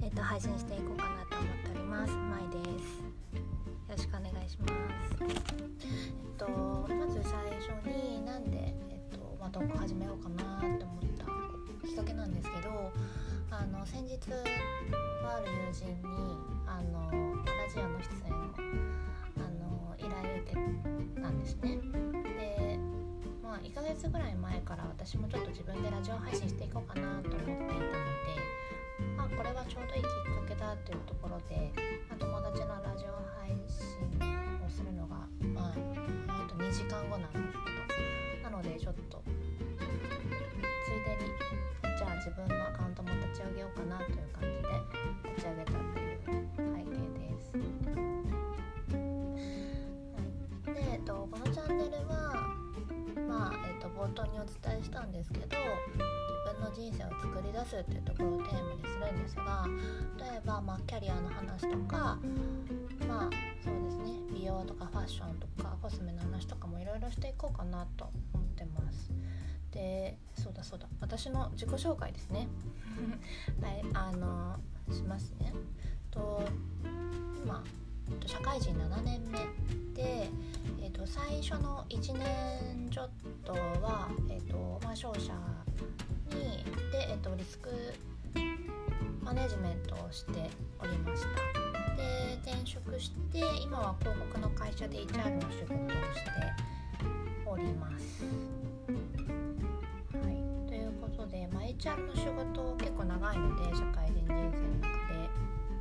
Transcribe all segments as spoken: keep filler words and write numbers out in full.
っと配信していこうかなと思っております。まいです。よろしくお願いします。えっとまず最初になんでえっとまあ投稿始めようかなって思ったきっかけなんですけど、あの先日とある友人にあのラジオの出演をあの依頼を受けたんですね。で、まあいっかげつぐらい前から私もちょっと自分でラジオ配信していこうかなと思っていたので、まあ、これはちょうどいいきっかけだというところで、まあ、友達のラジオ配信をするのが、まあ、あとにじかんごなんですけど、なのでちょっとついでにじゃあ自分のアカウントも立ち上げようかなという感じで立ち上げたという背景です。はい、で、えっと、このチャンネルは、まあえっと、冒頭にお伝えしたんですけど、自分の人生を作り出すっていうところをテーマにするんですが、例えば、まあ、キャリアの話とか、まあそうですね、美容とかファッションとかコスメの話とかもいろいろしていこうかなと思ってます。で、そうだそうだ、私の自己紹介ですねはい、あのしますね。と今社会人ななねんめで、えー、と最初のいちねんちょっとは、えーとまあ、商社にで、えー、とリスクマネジメントをしておりました。で、転職して今は広告の会社で エイチアール の仕事をしております。はい、ということで、まあ、エイチアール の仕事結構長いので、社会人人生の中で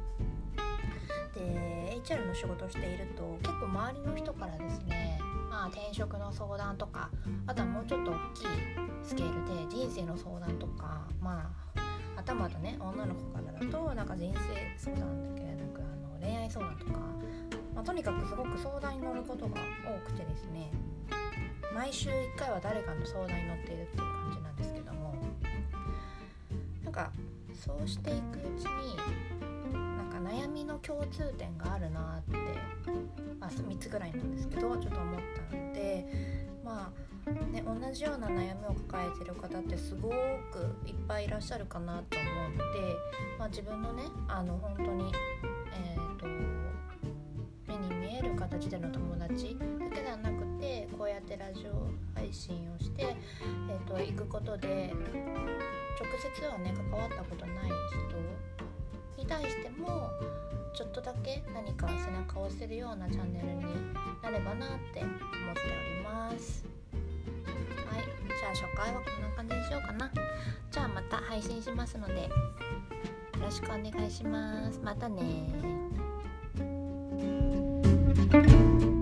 で エイチアール の仕事をしていると結構周りの人からですね、まあ、転職の相談とか、あとはもうちょっと大きいスケールで人生の相談とか、まあはたまたね、女の子からだとなんか人生相談だけでなく、あの恋愛相談とか、まあ、とにかくすごく相談に乗ることが多くてですね、毎週いっかいは誰かの相談に乗っているっていう感じなんですけども、なんかそうしていくうちになんか悩みの共通点があるなって、まあ、みっつぐらいなんですけどちょっと思ったので、まあね、同じような悩みを抱えている方ってすごくいっぱいいらっしゃるかなと思うので、まあ、自分のね、あの本当に、えーと、目に見える形での友達だけではなくて、こうやってラジオ配信をして、えーと、行くことで直接はね関わったことない人に対してもちょっとだけ何か背中を押せるようなチャンネルになればなって思っております。はい、じゃあ初回はこんな感じにしようかな。じゃあまた配信しますのでよろしくお願いします。またね。